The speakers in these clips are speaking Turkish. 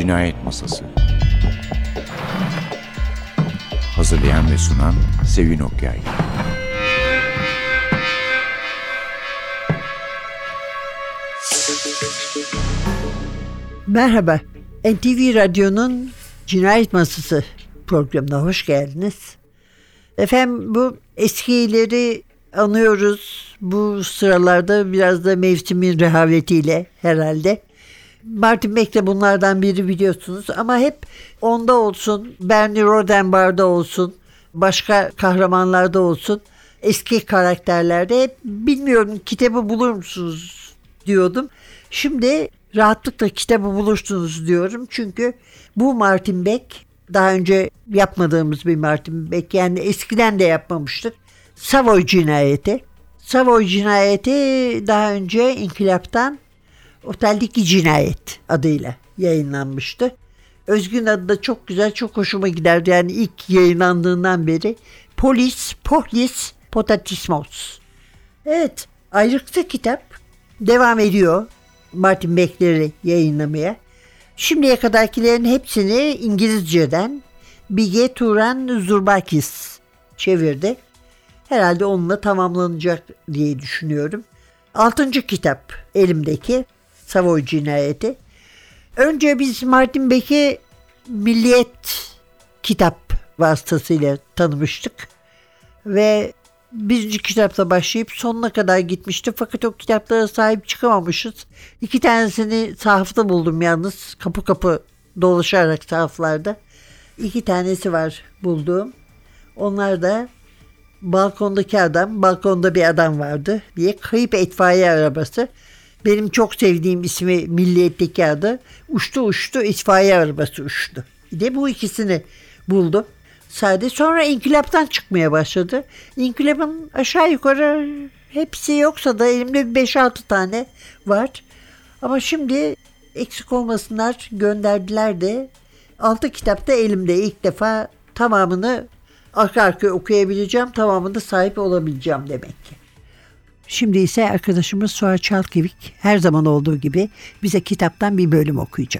Cinayet Masası. Hazırlayan ve sunan Sevin Okyay. Merhaba, NTV Radyo'nun Cinayet Masası programına hoş geldiniz. Efendim, bu eskileri anıyoruz. Bu sıralarda biraz da mevsimin rehavetiyle herhalde. Martin Beck de bunlardan biri, biliyorsunuz, ama hep onda olsun, Bernie Roddenberry'de olsun, başka kahramanlarda olsun, eski karakterlerde hep bilmiyorum kitabı bulur musunuz diyordum. Şimdi rahatlıkla kitabı bulursunuz diyorum, çünkü bu Martin Beck daha önce yapmadığımız bir Martin Beck, yani eskiden de yapmamıştık. Savoy Cinayeti. Savoy Cinayeti daha önce İnkılap'tan Oteldeki Cinayet adıyla yayınlanmıştı. Özgün adı da çok güzel, çok hoşuma giderdi. Yani ilk yayınlandığından beri Polis Potatismos. Evet, ayrıksı kitap devam ediyor Martin Beck'leri yayınlamaya. Şimdiye kadarkilerin hepsini İngilizceden Bige Turan Zurbakis çevirdi. Herhalde onunla tamamlanacak diye düşünüyorum. 6. kitap elimdeki, Savoy Cinayeti. Önce biz Martin Beck'i Milliyet kitap vasıtasıyla tanımıştık. Ve 1. kitapta başlayıp sonuna kadar gitmişti. Fakat o kitaplara sahip çıkamamışız. 2 tanesini sahafta buldum yalnız. Kapı kapı dolaşarak sahaflarda. 2 tanesi var bulduğum. Onlar da Balkondaki Adam, Balkonda Bir Adam Vardı diye, Kayıp İtfaiye Arabası. Benim çok sevdiğim ismi Milliyet'teki adı. Uçtu itfaiye arabası uçtu. Bir de bu ikisini buldum. Sadece sonra İnkılap'tan çıkmaya başladı. İnkılap'ın aşağı yukarı hepsi yoksa da elimde 5-6 tane var. Ama şimdi eksik olmasınlar, gönderdiler de 6 kitapta elimde, ilk defa tamamını arka arkaya okuyabileceğim, tamamında sahip olabileceğim demek ki. Şimdi ise arkadaşımız Suha Çalkevik her zaman olduğu gibi bize kitaptan bir bölüm okuyacak.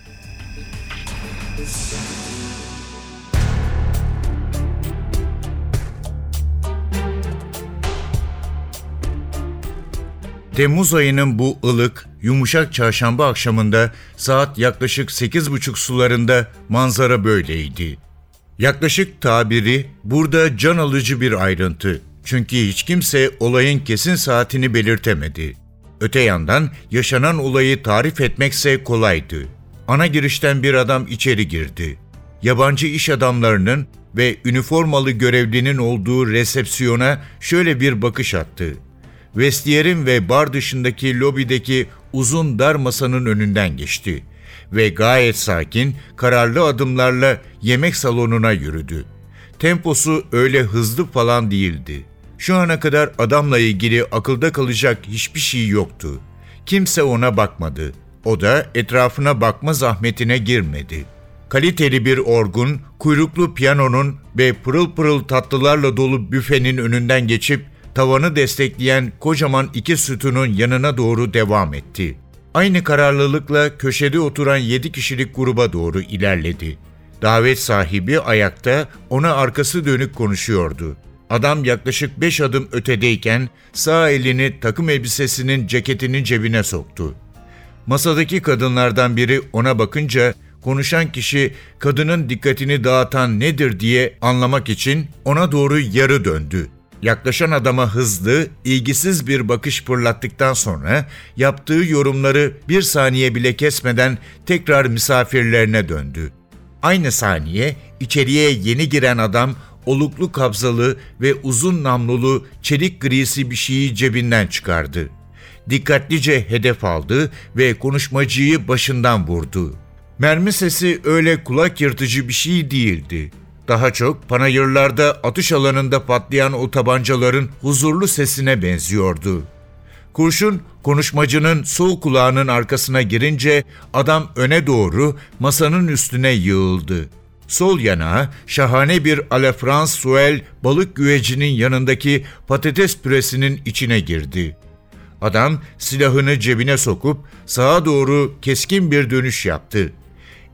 Temmuz ayının bu ılık, yumuşak çarşamba akşamında saat yaklaşık 8.30 sularında manzara böyleydi. Yaklaşık tabiri burada can alıcı bir ayrıntı. Çünkü hiç kimse olayın kesin saatini belirtemedi. Öte yandan yaşanan olayı tarif etmekse kolaydı. Ana girişten bir adam içeri girdi. Yabancı iş adamlarının ve üniformalı görevlinin olduğu resepsiyona şöyle bir bakış attı. Vestiyer'in ve bar dışındaki lobideki uzun dar masanın önünden geçti ve gayet sakin, kararlı adımlarla yemek salonuna yürüdü. Temposu öyle hızlı falan değildi. Şu ana kadar adamla ilgili akılda kalacak hiçbir şey yoktu. Kimse ona bakmadı. O da etrafına bakma zahmetine girmedi. Kaliteli bir orgun, kuyruklu piyanonun ve pırıl pırıl tatlılarla dolu büfenin önünden geçip tavanı destekleyen kocaman 2 sütunun yanına doğru devam etti. Aynı kararlılıkla köşede oturan 7 kişilik gruba doğru ilerledi. Davet sahibi ayakta, ona arkası dönük konuşuyordu. Adam yaklaşık 5 adım ötedeyken sağ elini takım elbisesinin ceketinin cebine soktu. Masadaki kadınlardan biri ona bakınca konuşan kişi kadının dikkatini dağıtan nedir diye anlamak için ona doğru yarı döndü. Yaklaşan adama hızlı, ilgisiz bir bakış fırlattıktan sonra yaptığı yorumları 1 saniye bile kesmeden tekrar misafirlerine döndü. Aynı saniye içeriye yeni giren adam oluklu kabzalı ve uzun namlulu çelik grisi bir şeyi cebinden çıkardı. Dikkatlice hedef aldı ve konuşmacıyı başından vurdu. Mermi sesi öyle kulak yırtıcı bir şey değildi. Daha çok panayırlarda atış alanında patlayan o tabancaların huzurlu sesine benziyordu. Kurşun konuşmacının sol kulağının arkasına girince adam öne doğru masanın üstüne yığıldı. Sol yanağı şahane bir à la François balık güvecinin yanındaki patates püresinin içine girdi. Adam silahını cebine sokup sağa doğru keskin bir dönüş yaptı.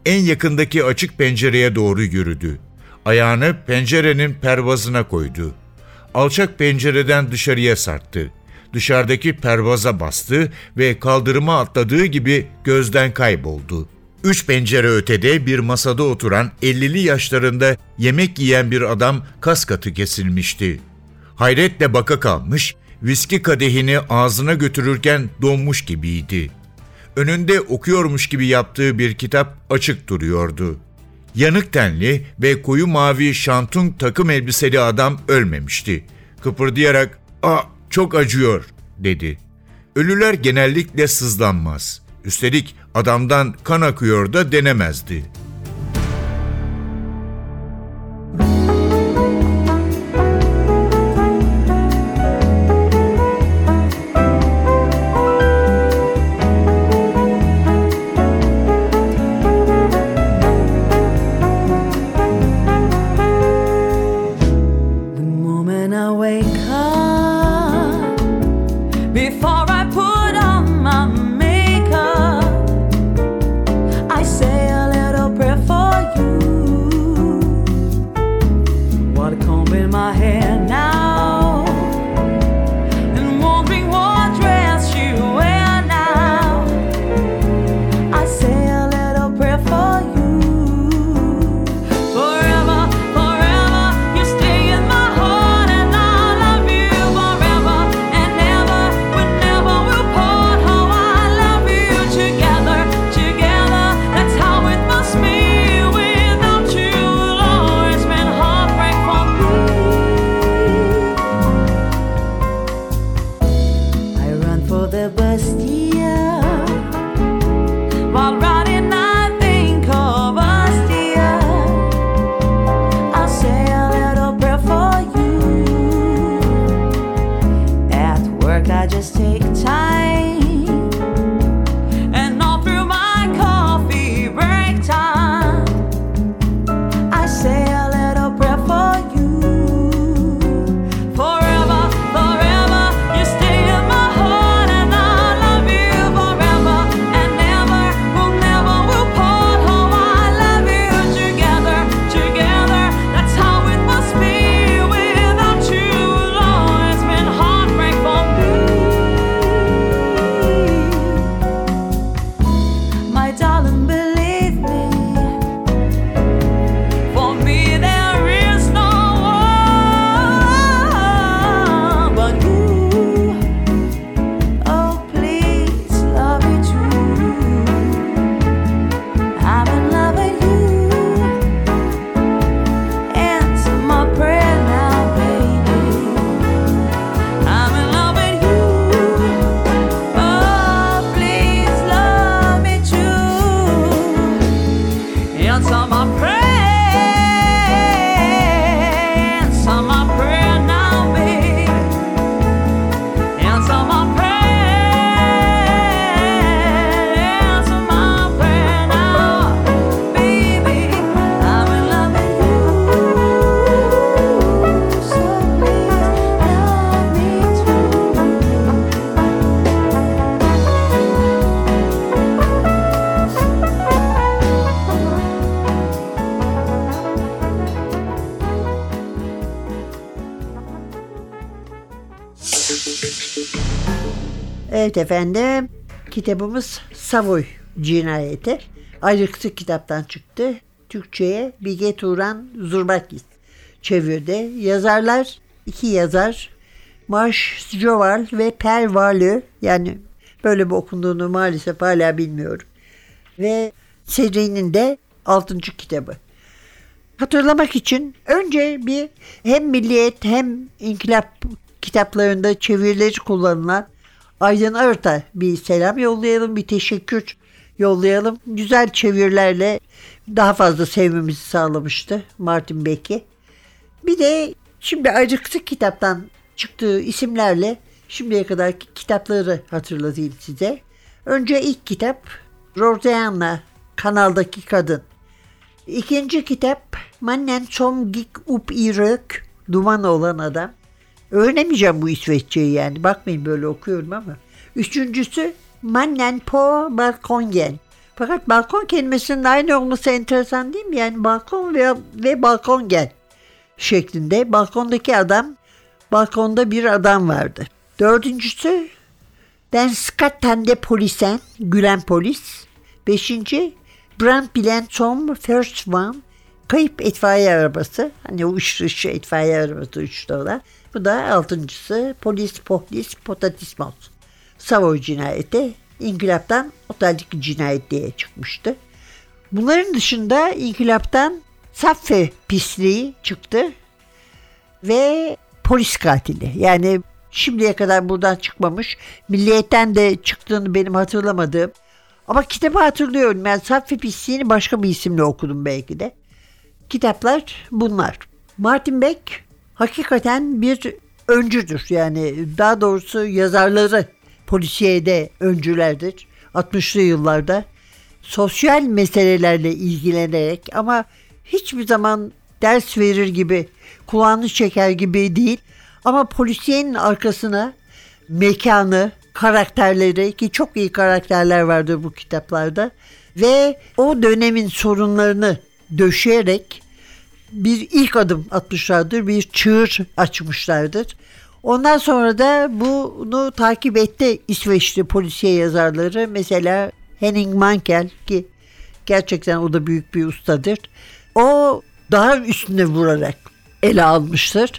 En yakındaki açık pencereye doğru yürüdü. Ayağını pencerenin pervazına koydu. Alçak pencereden dışarıya sarktı. Dışarıdaki pervaza bastı ve kaldırıma atladığı gibi gözden kayboldu. 3 pencere ötede bir masada oturan 50'li yaşlarında yemek yiyen bir adam kaskatı kesilmişti. Hayretle baka kalmış, viski kadehini ağzına götürürken donmuş gibiydi. Önünde okuyormuş gibi yaptığı bir kitap açık duruyordu. Yanık tenli ve koyu mavi şantung takım elbiseli adam ölmemişti. Kıpırdayarak çok acıyor" dedi. Ölüler genellikle sızlanmaz. Üstelik adamdan kan akıyor da denemezdi. Before I put on my makeup, I say a little prayer for you. What a comb in my hair now, and wondering what dress you wear now. I say a little prayer for you. Forever, forever, you stay in my heart, and I love you forever and ever. Whenever we'll part, how I love you together, together. That's how it must be. Without you, Lord, it's been heartbreak for me. I run for the Bastille, while riding I think of us, dear. I'll say a little prayer for you. At work I just take time, and all through my coffee break time, I say a little prayer for you. Forever, forever, you stay in my heart, and I love you forever and ever. We'll never will part, how I love you together, together. That's how it must be. Without you, Lord, it's been heartbreak for me. My darling, believe me, for me there is no one but you. Oh, please love me true. I'm in love with you. Answer my prayer now, baby. I'm in love with you. Oh, please love me true. Answer my prayer. Answer my prayer now, baby. Answer my prayer. Answer my prayer now, baby. I'm in love with you. So please love me true. Evet efendim, kitabımız Savoy Cinayeti. Ayrıksı kitaptan çıktı. Türkçe'ye Bilge Turan Zurbakis çevirdi. Yazarlar, 2 yazar, Marsh Joval ve Per Wahlöö, yani böyle bir okunduğunu maalesef hala bilmiyorum. Ve serinin de 6. kitabı. Hatırlamak için önce bir hem Milliyet hem İnkılap kitaplarında çevirileri kullanılan Aydın Arıt'a bir selam yollayalım, bir teşekkür yollayalım. Güzel çevirilerle daha fazla sevmemizi sağlamıştı Martin Beck'i. Bir de şimdi Ayrıksı kitaptan çıktığı isimlerle şimdiye kadarki kitapları hatırlatayım size. Önce ilk kitap Roseanna, Kanaldaki Kadın. İkinci kitap Mannen som gick upp i rök, Duman olan adam. Öğrenemeyeceğim bu İsveççeyi yani. Bakmayın böyle okuyorum ama. Üçüncüsü Mannen på balkongen, Fakat balkon kelimesinin aynı olması enteresan değil mi? Yani balkon ve balkon gel şeklinde. Balkondaki adam, balkonda bir adam vardı. Dördüncüsü, Den skattende polisen, gülen polis. Beşinci, brandbilen som first one, kayıp itfaiye arabası. Hani o ışığı itfaiye arabası uçta olan. Bu da altıncısı, polis potatismos. Savoy cinayeti, İnkılaptan oteldeki cinayet diye çıkmıştı. Bunların dışında İnkılaptan Saffe pisliği çıktı ve polis katili. Yani şimdiye kadar buradan çıkmamış. Milliyetten de çıktığını benim hatırlamadığım. Ama kitabı hatırlıyorum. Ben Saffe pisliğini başka bir isimle okudum belki de. Kitaplar bunlar. Martin Beck hakikaten bir öncüdür. Yani daha doğrusu yazarları polisiyede öncülerdir. 60'lı yıllarda sosyal meselelerle ilgilenerek ama hiçbir zaman ders verir gibi, kulağını çeker gibi değil. Ama polisiyenin arkasına mekanı, karakterleri, ki çok iyi karakterler vardır bu kitaplarda, ve o dönemin sorunlarını döşeyerek bir ilk adım atmışlardır, bir çığır açmışlardır. Ondan sonra da bunu takip etti İsveçli polisiye yazarları. Mesela Henning Mankell, ki gerçekten o da büyük bir ustadır. O daha üstüne vurarak ele almıştır.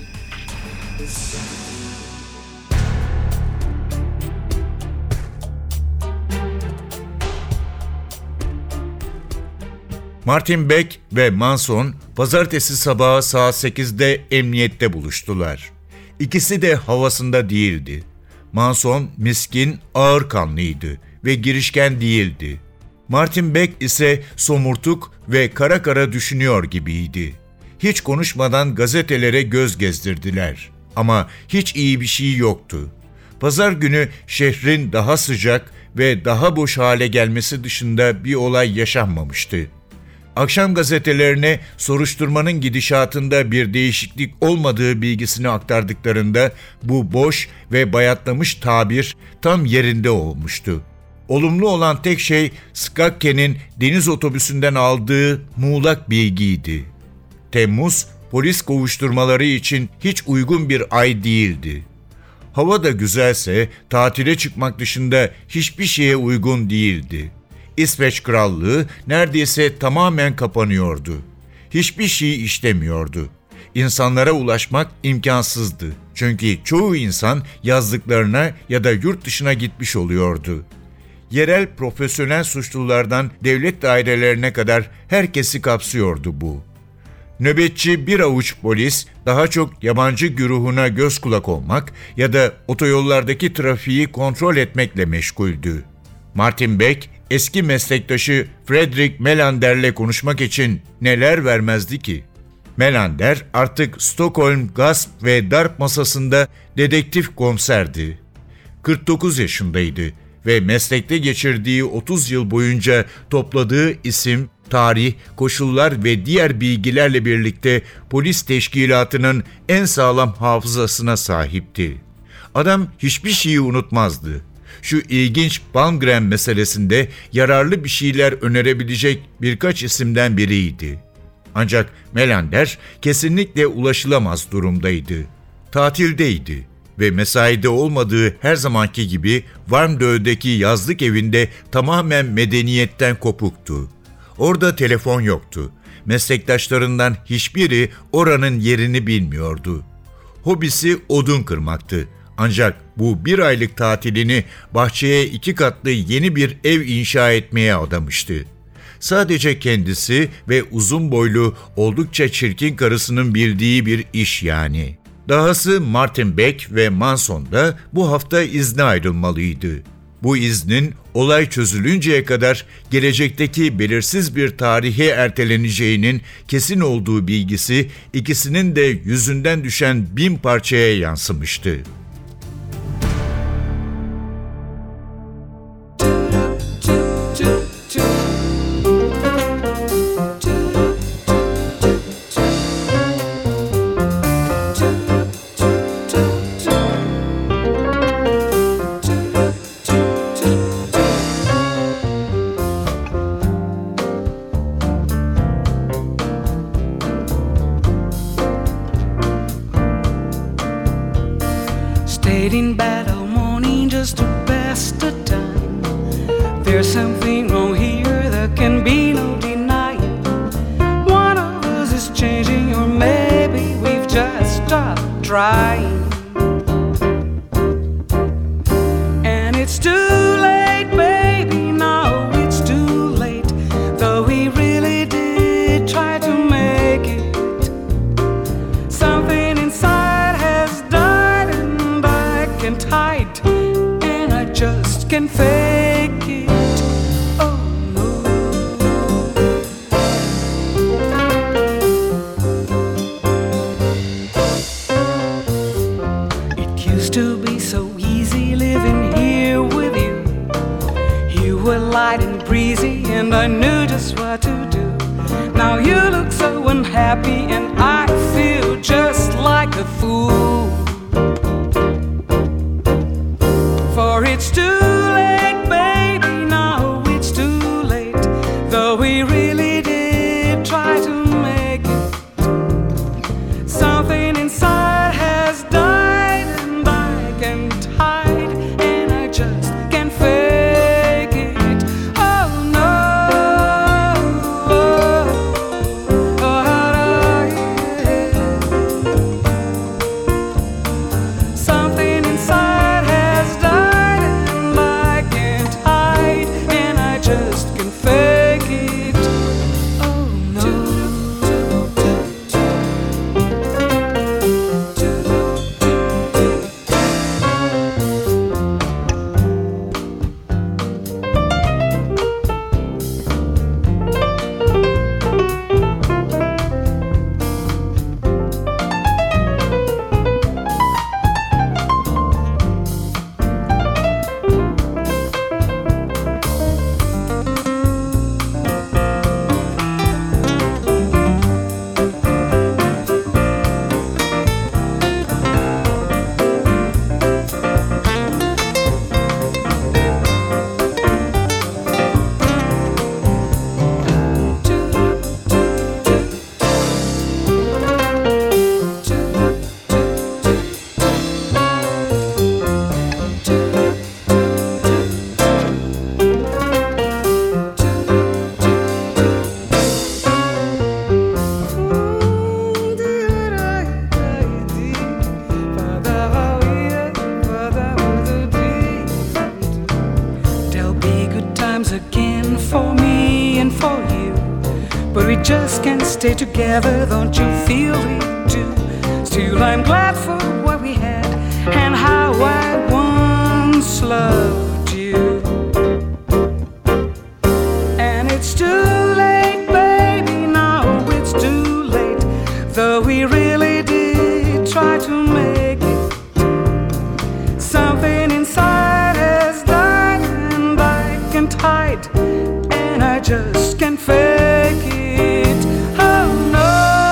Martin Beck ve Manson pazartesi sabahı saat 8'de emniyette buluştular. İkisi de havasında değildi. Manson miskin, ağırkanlıydı ve girişken değildi. Martin Beck ise somurtuk ve kara kara düşünüyor gibiydi. Hiç konuşmadan gazetelere göz gezdirdiler. Ama hiç iyi bir şey yoktu. Pazar günü şehrin daha sıcak ve daha boş hale gelmesi dışında bir olay yaşanmamıştı. Akşam gazetelerine soruşturmanın gidişatında bir değişiklik olmadığı bilgisini aktardıklarında bu boş ve bayatlamış tabir tam yerinde olmuştu. Olumlu olan tek şey Skakke'nin deniz otobüsünden aldığı muğlak bilgiydi. Temmuz, polis kovuşturmaları için hiç uygun bir ay değildi. Hava da güzelse tatile çıkmak dışında hiçbir şeye uygun değildi. İsveç Krallığı neredeyse tamamen kapanıyordu. Hiçbir şey işlemiyordu. İnsanlara ulaşmak imkansızdı. Çünkü çoğu insan yazlıklarına ya da yurt dışına gitmiş oluyordu. Yerel profesyonel suçlulardan devlet dairelerine kadar herkesi kapsıyordu bu. Nöbetçi bir avuç polis daha çok yabancı güruhuna göz kulak olmak ya da otoyollardaki trafiği kontrol etmekle meşguldü. Martin Beck, eski meslektaşı Fredrik Melander'le konuşmak için neler vermezdi ki? Melander artık Stockholm gasp ve darp masasında dedektif komiserdi. 49 yaşındaydı ve meslekte geçirdiği 30 yıl boyunca topladığı isim, tarih, koşullar ve diğer bilgilerle birlikte polis teşkilatının en sağlam hafızasına sahipti. Adam hiçbir şeyi unutmazdı. Şu ilginç Palmgren meselesinde yararlı bir şeyler önerebilecek birkaç isimden biriydi. Ancak Melander kesinlikle ulaşılamaz durumdaydı. Tatildeydi ve mesaide olmadığı her zamanki gibi Varmdö'deki yazlık evinde tamamen medeniyetten kopuktu. Orada telefon yoktu. Meslektaşlarından hiçbiri oranın yerini bilmiyordu. Hobisi odun kırmaktı. Ancak bu bir aylık tatilini bahçeye 2 katlı yeni bir ev inşa etmeye adamıştı. Sadece kendisi ve uzun boylu, oldukça çirkin karısının bildiği bir iş yani. Dahası Martin Beck ve Manson da bu hafta izne ayrılmalıydı. Bu iznin olay çözülünceye kadar gelecekteki belirsiz bir tarihe erteleneceğinin kesin olduğu bilgisi ikisinin de yüzünden düşen 1000 parçaya yansımıştı. Fading battle morning just to pass the time. There's something wrong here, there can be no denying. One of us is changing, or maybe we've just stopped trying. And it's too late, baby, now it's too late. Though we really did try to make it. Something inside has died and I can't hide. And I just can't fake it. Oh no. It used to be so easy living here with you. You were light and breezy and I knew just what to do. Now you look so unhappy and I feel just like a fool. For it's too late, baby, now it's too late. Though we really did try to make it. Something inside has died and I can't hide. And I just can't fake it. Oh no. Something inside has died and I can't hide. And I just can't fake it. Oh no. There'll be good times again for me and for you. But we just can't stay together, don't you feel it too? Still I'm glad for what we had and how I once loved you. And it's too late, baby, now it's too late. Though we really did try to make it. Something inside has died and I can't hide. And I just can't fake it. Oh no.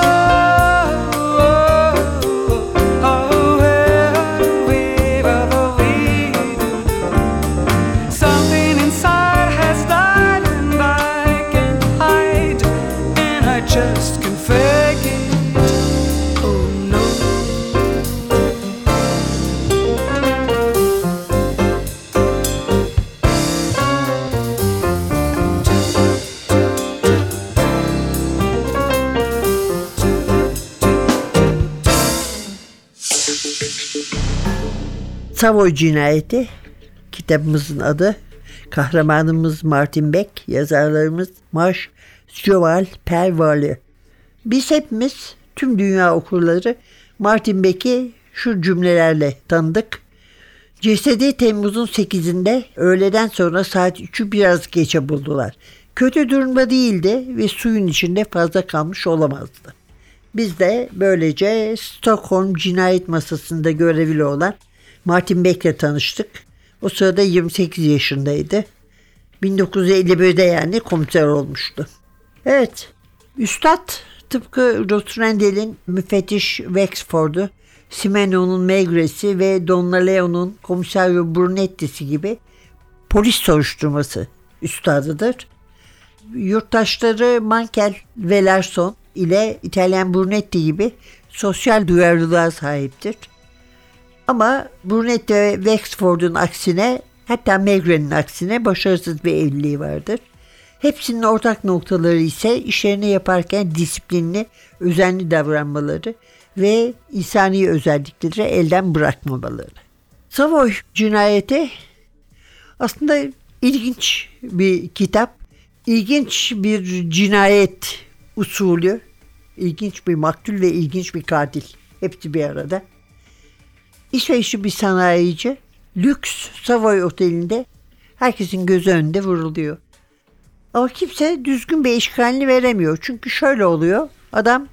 Something inside has died and I can't hide. And I just can't fake it. Oh no. Savoy Cinayeti kitabımızın adı. Kahramanımız Martin Beck, yazarlarımız Marsh, Joval, Pervalle. Biz hepimiz, tüm dünya okurları Martin Beck'i şu cümlelerle tanıdık. Cesedi Temmuz'un 8'inde öğleden sonra saat 3'ü biraz geçe buldular. Kötü durumda değildi ve suyun içinde fazla kalmış olamazdı. Biz de böylece Stockholm Cinayet Masası'nda görevli olan Martin Beck'le tanıştık. O sırada 28 yaşındaydı. 1951'de yani komiser olmuştu. Evet, Üstad tıpkı Rotrendel'in müfettiş Wexford'u, Simeno'nun Megres'i ve Donnaleo'nun komisario Brunetti'si gibi polis soruşturması üstadıdır. Yurttaşları Mankel ve Larson ile İtalyan Brunetti gibi sosyal duyarlılığa sahiptir. Ama Burnett ve Wexford'un aksine, hatta Megren'in aksine başarısız bir evliliği vardır. Hepsinin ortak noktaları ise işlerini yaparken disiplinli, özenli davranmaları ve insani özellikleri elden bırakmamaları. Savoy Cinayeti aslında ilginç bir kitap, ilginç bir cinayet usulü, ilginç bir maktul ve ilginç bir katil. Hepsi bir arada. İsveçli bir sanayici lüks Savoy Oteli'nde herkesin gözü önünde vuruluyor. Ama kimse düzgün bir eşkalini veremiyor. Çünkü şöyle oluyor. Adam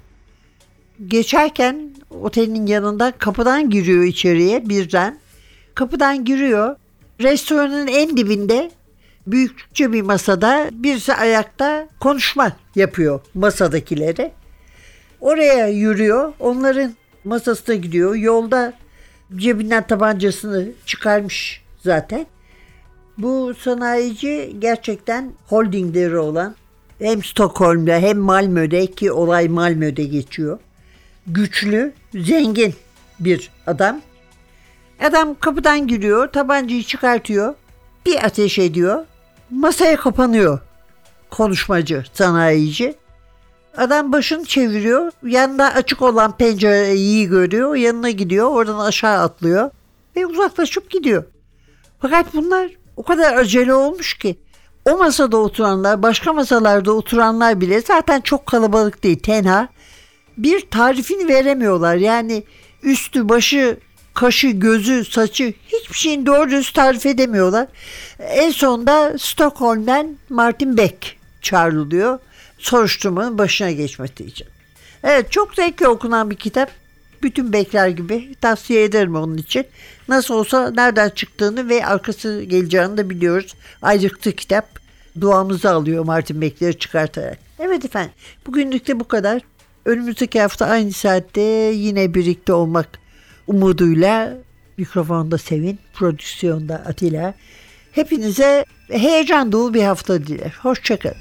geçerken otelin yanından kapıdan giriyor içeriye birden. Kapıdan giriyor. Restoranın en dibinde büyükçe bir masada birisi ayakta konuşma yapıyor masadakilere. Oraya yürüyor. Onların masasına gidiyor. Yolda cebinden tabancasını çıkarmış zaten. Bu sanayici gerçekten holdingleri olan, hem Stockholm'da hem Malmö'de, ki olay Malmö'de geçiyor, güçlü, zengin bir adam. Adam kapıdan giriyor, tabancayı çıkartıyor, bir ateş ediyor, masaya kapanıyor konuşmacı, sanayici. Adam başını çeviriyor, yanında açık olan pencereyi görüyor, yanına gidiyor, oradan aşağı atlıyor ve uzaklaşıp gidiyor. Fakat bunlar o kadar acele olmuş ki o masada oturanlar, başka masalarda oturanlar bile zaten çok kalabalık değil, tenha. Bir tarifini veremiyorlar. Yani üstü, başı, kaşı, gözü, saçı, hiçbir şeyin doğru düz tarif edemiyorlar. En sonunda Stockholm'den Martin Beck çağrılıyor soruşturmanın başına geçmesi için. Evet, çok zevkli okunan bir kitap. Bütün Beck'ler gibi tavsiye ederim onun için. Nasıl olsa nereden çıktığını ve arkası geleceğini de biliyoruz. Ayrıktı kitap. Duamızı alıyor Martin Beck'leri çıkartarak. Evet efendim, bugünlük de bu kadar. Önümüzdeki hafta aynı saatte yine birlikte olmak umuduyla, mikrofonda Sevin, prodüksiyonda Atilla. Hepinize heyecan dolu bir hafta diler. Hoşçakalın.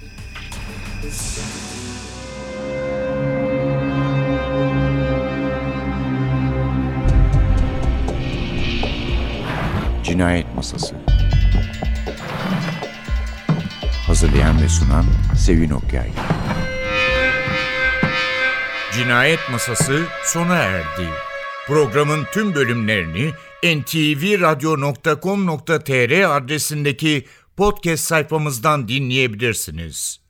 Cinayet Masası. Hazırlayan ve sunan Sevin Okyay. Cinayet Masası sona erdi. Programın tüm bölümlerini ntvradio.com.tr adresindeki podcast sayfamızdan dinleyebilirsiniz.